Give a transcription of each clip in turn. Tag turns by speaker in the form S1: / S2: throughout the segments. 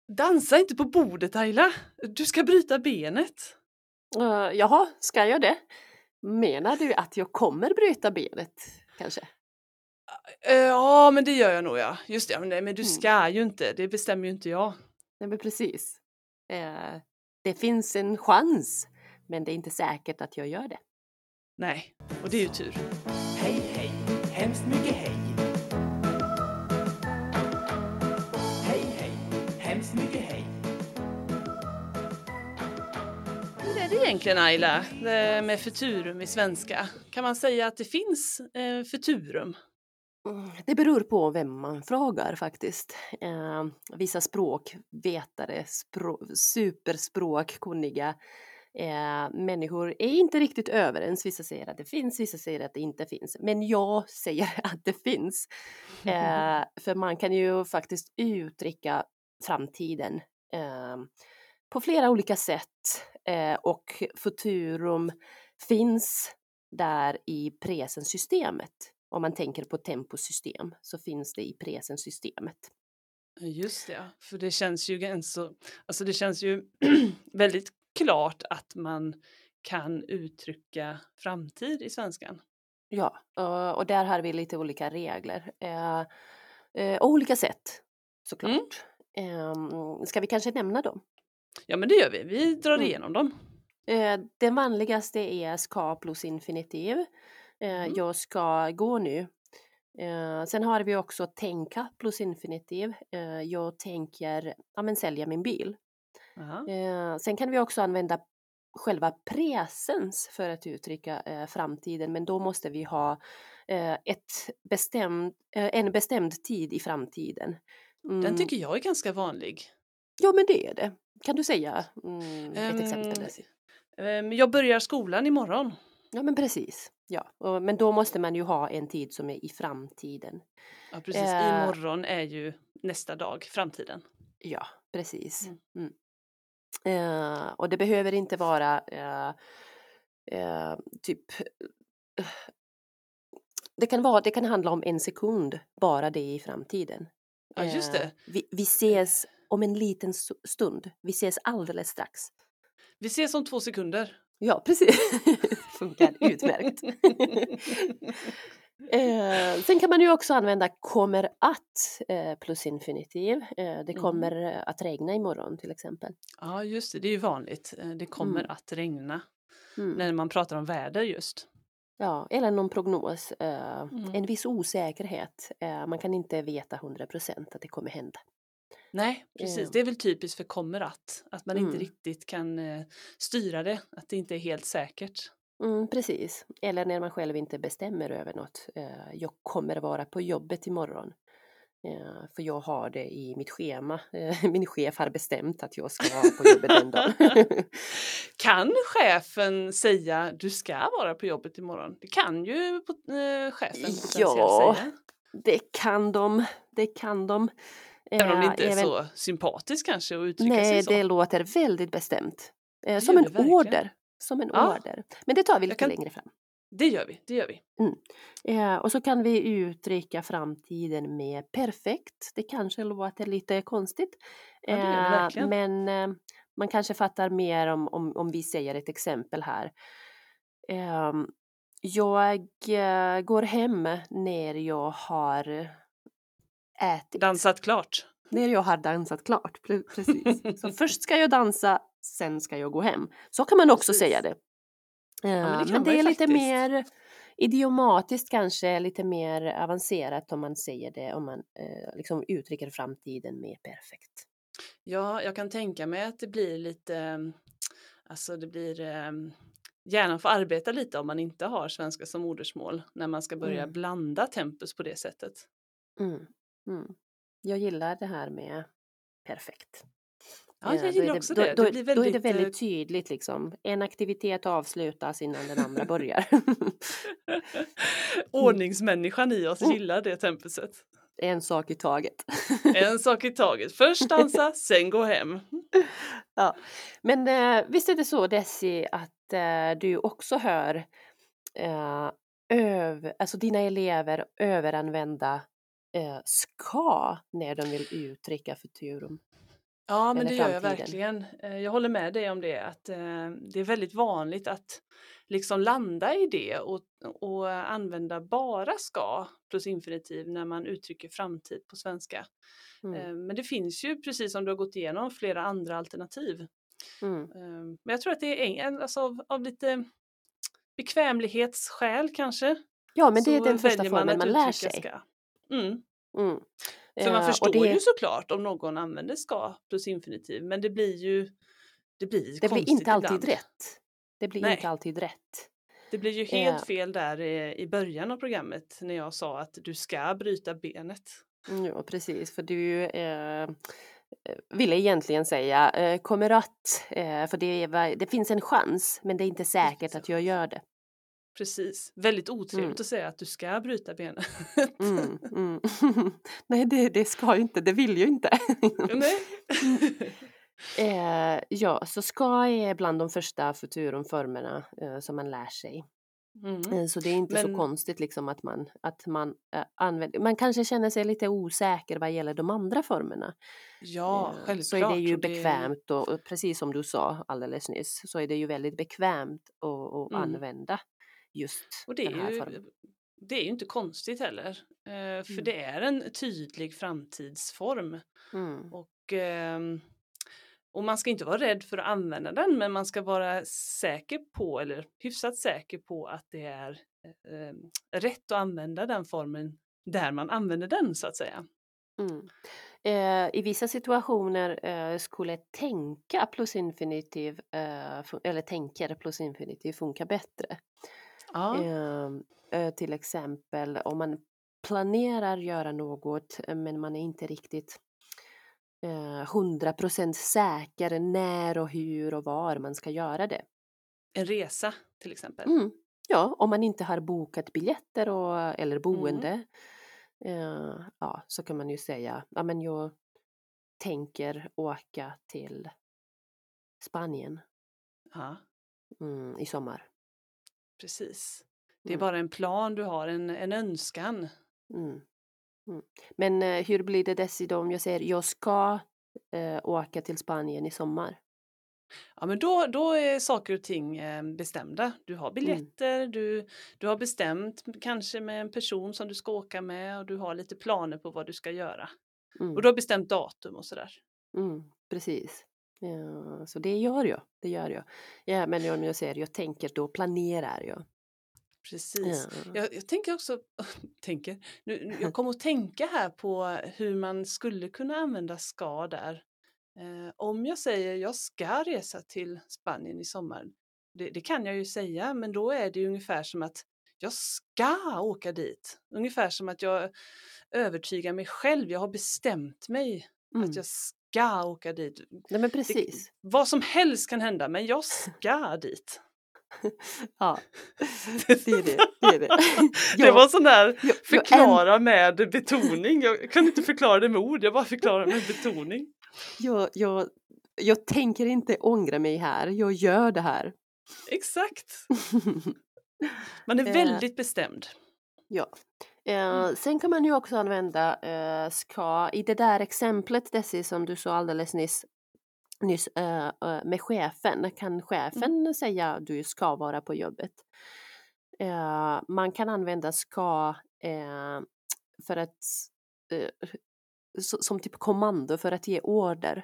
S1: Dansa inte på bordet, Ayla. Du ska bryta benet.
S2: Jaha, ska jag det? Menar du att jag kommer bryta benet, kanske?
S1: Ja, men det gör jag nog, ja. Just det, men du
S2: Mm.
S1: ska ju inte. Det bestämmer ju inte jag.
S2: Nej, men precis. Det finns en chans, men det är inte säkert att jag gör det.
S1: Nej, och det är ju tur.
S3: Hej, hej, hemskt mycket hej. Hej, hej, hemskt mycket hej.
S1: Hur är det egentligen, Ayla, med futurum i svenska? Kan man säga att det finns futurum?
S2: Det beror på vem man frågar faktiskt. Vissa språkvetare, superspråkkunniga människor är inte riktigt överens. Vissa säger att det finns, vissa säger att det inte finns. Men jag säger att det finns. För man kan ju faktiskt uttrycka framtiden på flera olika sätt. Och futurum finns där i presenssystemet. Om man tänker på temposystem så finns det i presenssystemet.
S1: Just det, för det känns ju det känns ju väldigt klart att man kan uttrycka framtid i svenskan.
S2: Ja, och där har vi lite olika regler. Och olika sätt, såklart. Ska vi kanske nämna dem?
S1: Ja, men det gör vi. Vi drar igenom dem.
S2: Den vanligaste är ska plus infinitiv. Jag ska gå nu. Sen har vi också tänka plus infinitiv. Jag tänker sälja min bil. Sen kan vi också använda själva presens för att uttrycka framtiden. Men då måste vi ha en bestämd tid i framtiden.
S1: Den tycker jag är ganska vanlig.
S2: Ja, men det är det. Kan du säga ett exempel?
S1: Jag börjar skolan imorgon.
S2: Ja, men precis. Ja. Men då måste man ju ha en tid som är i framtiden.
S1: Ja, precis. Imorgon är ju nästa dag, framtiden.
S2: Ja, precis. Och det behöver inte vara typ... Det kan handla om en sekund, bara det i framtiden.
S1: Ja, just det.
S2: Vi ses om en liten stund. Vi ses alldeles strax.
S1: Vi ses om 2 sekunder.
S2: Ja, precis. Funkar utmärkt. Sen kan man ju också använda kommer att plus infinitiv. Det kommer att regna imorgon till exempel.
S1: Ja, just det. Det är ju vanligt. Det kommer att regna. När man pratar om väder just.
S2: Ja, eller någon prognos. En viss osäkerhet. Man kan inte veta 100% att det kommer hända.
S1: Nej, precis. Det är väl typiskt för kommer att man inte riktigt kan styra det. Att det inte är helt säkert.
S2: Precis. Eller när man själv inte bestämmer över något. Jag kommer vara på jobbet imorgon. För jag har det i mitt schema. Min chef har bestämt att jag ska vara på jobbet en dag.
S1: Kan chefen säga du ska vara på jobbet imorgon? Det kan ju chefen potentiellt säga.
S2: Det kan de. Det kan de.
S1: Även om det inte är så sympatiskt kanske att uttrycka sig så.
S2: Nej, det låter väldigt bestämt. Som en order. Som en order. Men det tar vi lite längre fram.
S1: Det gör vi.
S2: Och så kan vi uttrycka framtiden med perfekt. Det kanske låter lite konstigt.
S1: Ja, det gör det verkligen.
S2: Men man kanske fattar mer om vi säger ett exempel här. Jag går hem när jag har ätit.
S1: Dansat klart.
S2: När jag har dansat klart, precis. Så först ska jag dansa, sen ska jag gå hem. Så kan man också säga det. Men det är lite mer idiomatiskt kanske, lite mer avancerat om man säger det, om man liksom uttrycker framtiden med perfekt.
S1: Ja, jag kan tänka mig att det blir lite, gärna få arbeta lite om man inte har svenska som modersmål, när man ska börja blanda tempus på det sättet.
S2: Jag gillar det här med perfekt.
S1: Ja, jag gillar också det.
S2: Då är det väldigt tydligt liksom. En aktivitet avslutas innan den andra börjar.
S1: Ordningsmänniskan i oss gillar det tempuset.
S2: En sak i taget.
S1: En sak i taget. Först dansa, sen gå hem.
S2: Ja. Men visst är det så, Desi, att du också hör dina elever överanvända ska när de vill uttrycka futurum?
S1: Ja, men
S2: eller
S1: det gör jag
S2: framtiden.
S1: verkligen. Jag håller med dig om det, att det är väldigt vanligt att liksom landa i det och använda bara ska plus infinitiv när man uttrycker framtid på svenska.
S2: Mm.
S1: Men det finns ju, precis som du har gått igenom, flera andra alternativ.
S2: Mm.
S1: Men jag tror att det är alltså av lite bekvämlighetsskäl kanske,
S2: Ja, men det är
S1: så
S2: den första
S1: väljer man
S2: formen
S1: att
S2: man lär
S1: uttrycka
S2: sig.
S1: ska. Mm.
S2: Mm.
S1: För man
S2: Och
S1: förstår ju
S2: det
S1: såklart om någon använder ska plus infinitiv, men det blir
S2: blir
S1: konstigt
S2: inte alltid
S1: ibland.
S2: rätt. Det blir inte
S1: Nej,
S2: alltid rätt.
S1: det blir ju
S2: Eh,
S1: helt fel där i början av programmet när jag sa att du ska bryta benet.
S2: ja, precis, för du ville egentligen säga kommer att, för det finns en chans, men det är inte
S1: Det
S2: säkert
S1: finns en
S2: att jag
S1: chans.
S2: gör det.
S1: Precis, väldigt
S2: Mm.
S1: otrevligt att säga att du ska bryta benet.
S2: Mm. Mm. Nej, det ska ju inte, det vill ju inte.
S1: Nej.
S2: Ja, så ska är bland de första futurumformerna som man lär sig.
S1: Mm.
S2: Så det är inte så
S1: Men
S2: konstigt liksom att man använder, man kanske känner sig lite osäker vad gäller de andra formerna.
S1: ja,
S2: Så är det
S1: självklart.
S2: ju
S1: Och det,
S2: bekvämt och precis som du sa alldeles nyss så är det ju väldigt bekvämt att
S1: mm.
S2: använda just
S1: Och
S2: den här formen.
S1: det är ju inte konstigt heller. För
S2: Mm.
S1: det är en tydlig framtidsform.
S2: Mm.
S1: Och man ska inte vara rädd för att använda den, men man ska vara säker på, eller hyfsat säker på, att det är rätt att använda den formen där man använder den, så att säga.
S2: Mm. I vissa situationer skulle tänka plus infinitiv eller tänker plus infinitiv funka bättre.
S1: Ja,
S2: Till exempel om man planerar göra något men man är inte riktigt 100% säker när och hur och var man ska göra det.
S1: en resa till exempel.
S2: Mm. Ja, om man inte har bokat biljetter eller
S1: Mm.
S2: boende ja, så kan man ju säga ja, men jag tänker åka till Spanien
S1: Ja,
S2: i sommar.
S1: precis. Det är
S2: Mm.
S1: bara en plan du har, en önskan.
S2: Mm. Mm. Men hur blir det dessutom om jag säger jag ska åka till Spanien i sommar?
S1: Ja, men då är saker och ting bestämda. Du har biljetter, du har bestämt kanske med en person som du ska åka med, och du har lite planer på vad du ska göra. Och
S2: Mm.
S1: du har bestämt datum och sådär.
S2: Precis. Ja, så det gör jag. Ja, men om jag säger jag tänker, då planerar jag.
S1: Precis.
S2: Ja.
S1: Jag tänker också, jag kommer att tänka här på hur man skulle kunna använda ska där. Om jag säger jag ska resa till Spanien i sommar, det kan jag ju säga, men då är det ungefär som att jag ska åka dit. Ungefär som att jag övertygar mig själv, jag har bestämt mig att jag ska åka dit.
S2: Nej, men precis.
S1: Vad som helst kan hända, men jag ska dit.
S2: Ja, det är det.
S1: Det var sån där förklara med betoning. Jag kan inte förklara det med ord, jag bara förklarar med betoning.
S2: Jag tänker inte ångra mig här, jag gör det här.
S1: Exakt. Man är väldigt bestämd.
S2: Ja. Sen kan man ju också använda ska i det där exemplet Desi som du sa alldeles nyss med chefen. Kan chefen säga du ska vara på jobbet? Man kan använda ska för att som typ kommando för att ge order.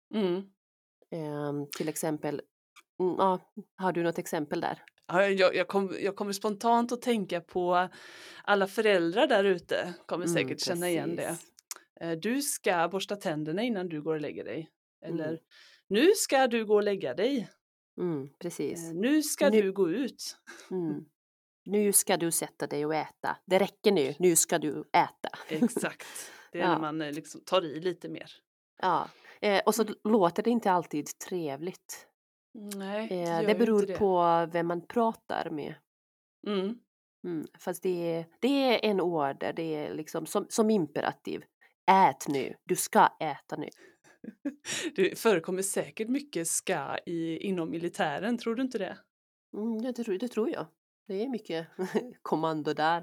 S2: Till exempel, har du något exempel där?
S1: Ja, jag kommer spontant att tänka på alla föräldrar där ute, kommer säkert känna igen det. Du ska borsta tänderna innan du går och lägger dig. Eller nu ska du gå och lägga dig.
S2: Precis.
S1: Nu ska du gå ut.
S2: Nu ska du sätta dig och äta. Det räcker nu ska du äta.
S1: Exakt. Det är när man liksom tar i lite mer.
S2: Ja, och så låter det inte alltid trevligt.
S1: Nej,
S2: det beror på vem man pratar med. Fast det är en order, det är liksom som imperativ. Ät nu, du ska äta nu.
S1: Det förekommer säkert mycket ska inom militären, tror du inte det?
S2: Det tror jag. Det är mycket kommando där.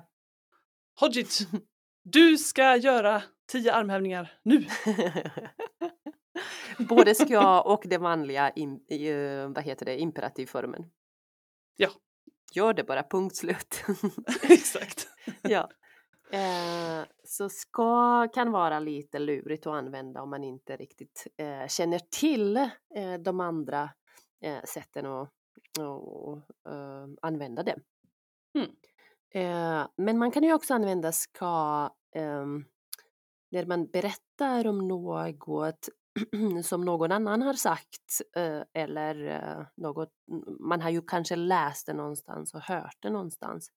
S1: Hodgit, du ska göra 10 armhävningar nu.
S2: Både ska och det vanliga imperativformen.
S1: Ja,
S2: Gör det bara, punkt slut.
S1: exakt.
S2: Ja. Så ska kan vara lite lurigt att använda om man inte riktigt känner till de andra sätten att använda det. Men man kan ju också använda ska när man berättar om något som någon annan har sagt eller något, man har ju kanske läst det någonstans och hört det någonstans.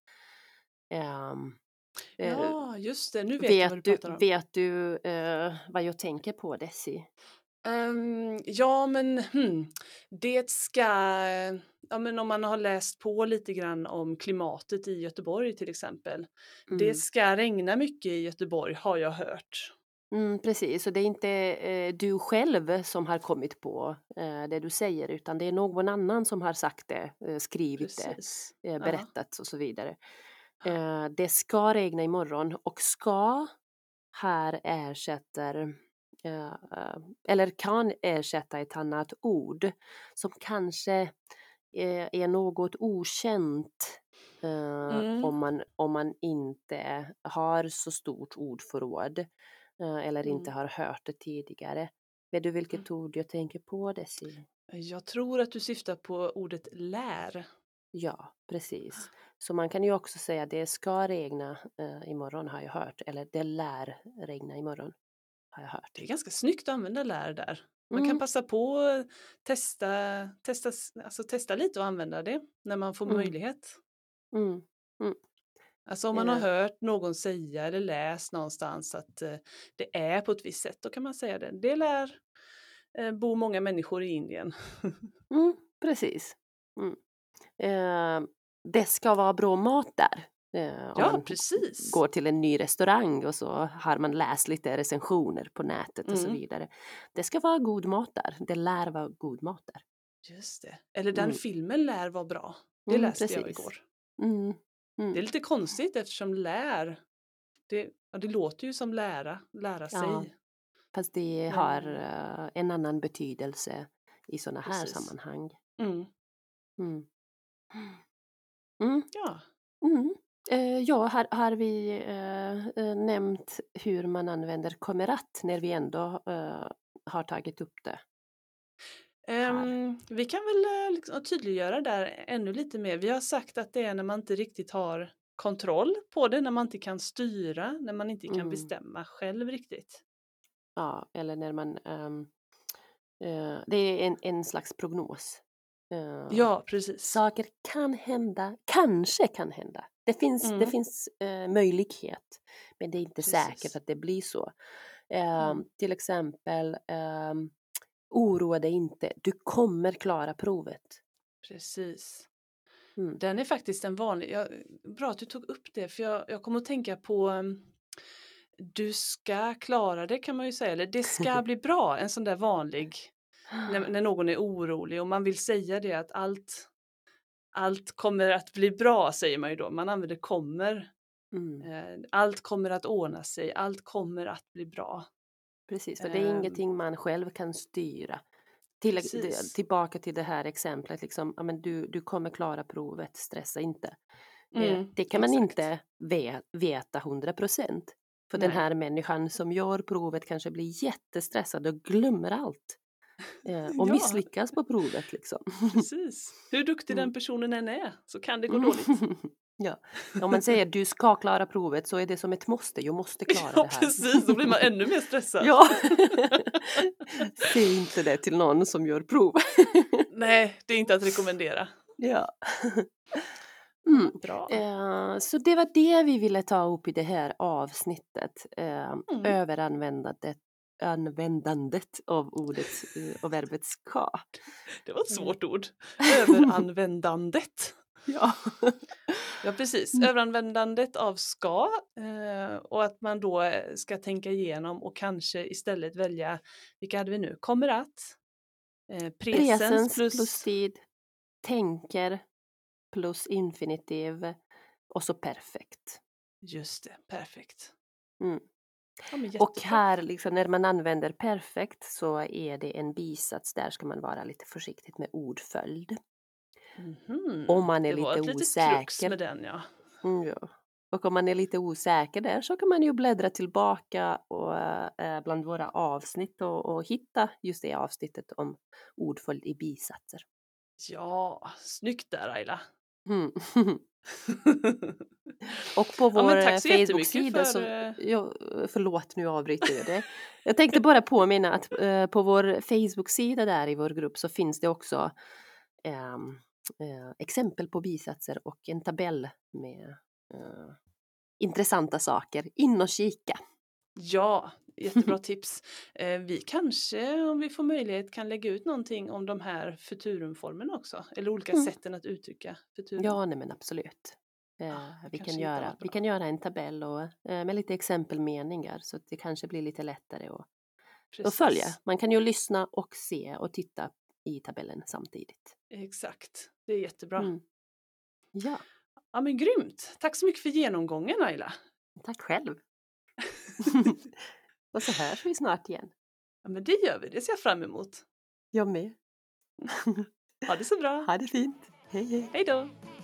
S1: Ja, just det. Nu vet jag vad du pratar om.
S2: Vet du vad jag tänker på, Desi?
S1: Ja, men det ska... Ja, men om man har läst på lite grann om klimatet i Göteborg till exempel. Det ska regna mycket i Göteborg har jag hört.
S2: Precis, och det är inte du själv som har kommit på det du säger, utan det är någon annan som har sagt det, skrivit
S1: Precis.
S2: det, berättat och så vidare. Det ska regna imorgon, och ska här ersätter eller kan ersätta ett annat ord som kanske är något okänt om man inte har så stort ordförråd eller inte har hört det tidigare. Vet du vilket ord jag tänker på, Desi?
S1: Jag tror att du syftar på ordet lär.
S2: Ja, precis. Så man kan ju också säga det ska regna imorgon har jag hört, eller det lär regna imorgon har jag hört.
S1: Det är ganska snyggt att använda lär där. Man kan passa på att testa lite och använda det när man får möjlighet. Alltså om man har hört någon säga eller läst någonstans att det är på ett visst sätt, då kan man säga det. Det lär bo många människor i Indien.
S2: Precis. Det ska vara bra mat där. Om man
S1: precis.
S2: går till en ny restaurang och så har man läst lite recensioner på nätet och så vidare. Det ska vara god mat där. Det lär vara god mat där.
S1: Just det. Eller den filmen lär vara bra. Det läste jag
S2: precis.
S1: igår. Det är lite konstigt eftersom lär, det låter ju som lära sig.
S2: Fast det har en annan betydelse i sådana här sammanhang.
S1: Ja.
S2: Ja, har vi nämnt hur man använder kommer-att när vi ändå har tagit upp det?
S1: Vi kan väl liksom tydliggöra där ännu lite mer. Vi har sagt att det är när man inte riktigt har kontroll på det, när man inte kan styra, när man inte kan bestämma själv riktigt.
S2: Ja, eller när man... det är en slags prognos.
S1: Ja, precis.
S2: Saker kan hända, kanske kan hända. Det finns möjlighet, men det är inte säkert att det blir så. Till exempel, oroa dig inte, du kommer klara provet.
S1: Precis. Den är faktiskt en vanlig... bra att du tog upp det, för jag kommer att tänka på... du ska klara det, kan man ju säga. Eller det ska bli bra, en sån där vanlig... När någon är orolig och man vill säga det att allt kommer att bli bra, säger man ju då. Man använder kommer. Allt kommer att ordna sig. Allt kommer att bli bra.
S2: Precis, för det är ingenting man själv kan styra. Tillbaka till det här exemplet. Liksom, ja, men du kommer klara provet, stressa inte. Det kan man inte veta 100%. För den här människan som gör provet kanske blir jättestressad och glömmer allt. Och misslyckas på provet liksom.
S1: Precis. Hur duktig den personen än är så kan det gå dåligt.
S2: Ja, om man säger du ska klara provet så är det som ett måste. Jag måste klara det här.
S1: Precis, då blir man ännu mer stressad.
S2: Ja. Säg inte det till någon som gör prov.
S1: Nej, det är inte att rekommendera.
S2: Ja.
S1: Bra.
S2: Så det var det vi ville ta upp i det här avsnittet. Användandet av ordet och verbet ska.
S1: Det var ett svårt ord. Överanvändandet.
S2: Ja.
S1: Ja, precis. Överanvändandet av ska och att man då ska tänka igenom och kanske istället välja, vilka hade vi nu? Kommer att. Presens
S2: plus tid. Tänker plus infinitiv och så perfekt.
S1: Just det, perfekt. Ja, men
S2: Och
S1: jättebra.
S2: här liksom, när man använder perfekt så är det en bisats. Där ska man vara lite försiktig med ordföljd. Om man är
S1: Det var
S2: lite
S1: ett litet krux
S2: osäker.
S1: med den, ja.
S2: Ja. Och om man är lite osäker där så kan man ju bläddra tillbaka och, bland våra avsnitt och hitta just det avsnittet om ordföljd i bisatser.
S1: Ja, snyggt där Ayla.
S2: Mm. Och på
S1: Ja, men tack
S2: vår
S1: så jättemycket
S2: Facebook-sida
S1: för...
S2: så, ja, förlåt nu avbryter jag det. Jag tänkte bara påminna att på vår Facebook-sida där i vår grupp så finns det också exempel på bisatser och en tabell med intressanta saker. In och kika.
S1: Ja, jättebra tips. Vi kanske, om vi får möjlighet, kan lägga ut någonting om de här futurumformerna också. Eller olika sätten att uttrycka futurum.
S2: Ja, nej men absolut. Vi kan göra en tabell och, med lite exempelmeningar så att det kanske blir lite lättare att följa. Man kan ju lyssna och se och titta i tabellen samtidigt.
S1: Exakt, det är jättebra.
S2: Ja,
S1: Ja, men grymt. Tack så mycket för genomgången Ayla.
S2: tack själv. Och så hörs vi snart igen.
S1: Ja, men det gör vi, det ser jag fram emot.
S2: Jag med.
S1: Ha det så bra.
S2: Ha det fint. Hej hej.
S1: Hej då.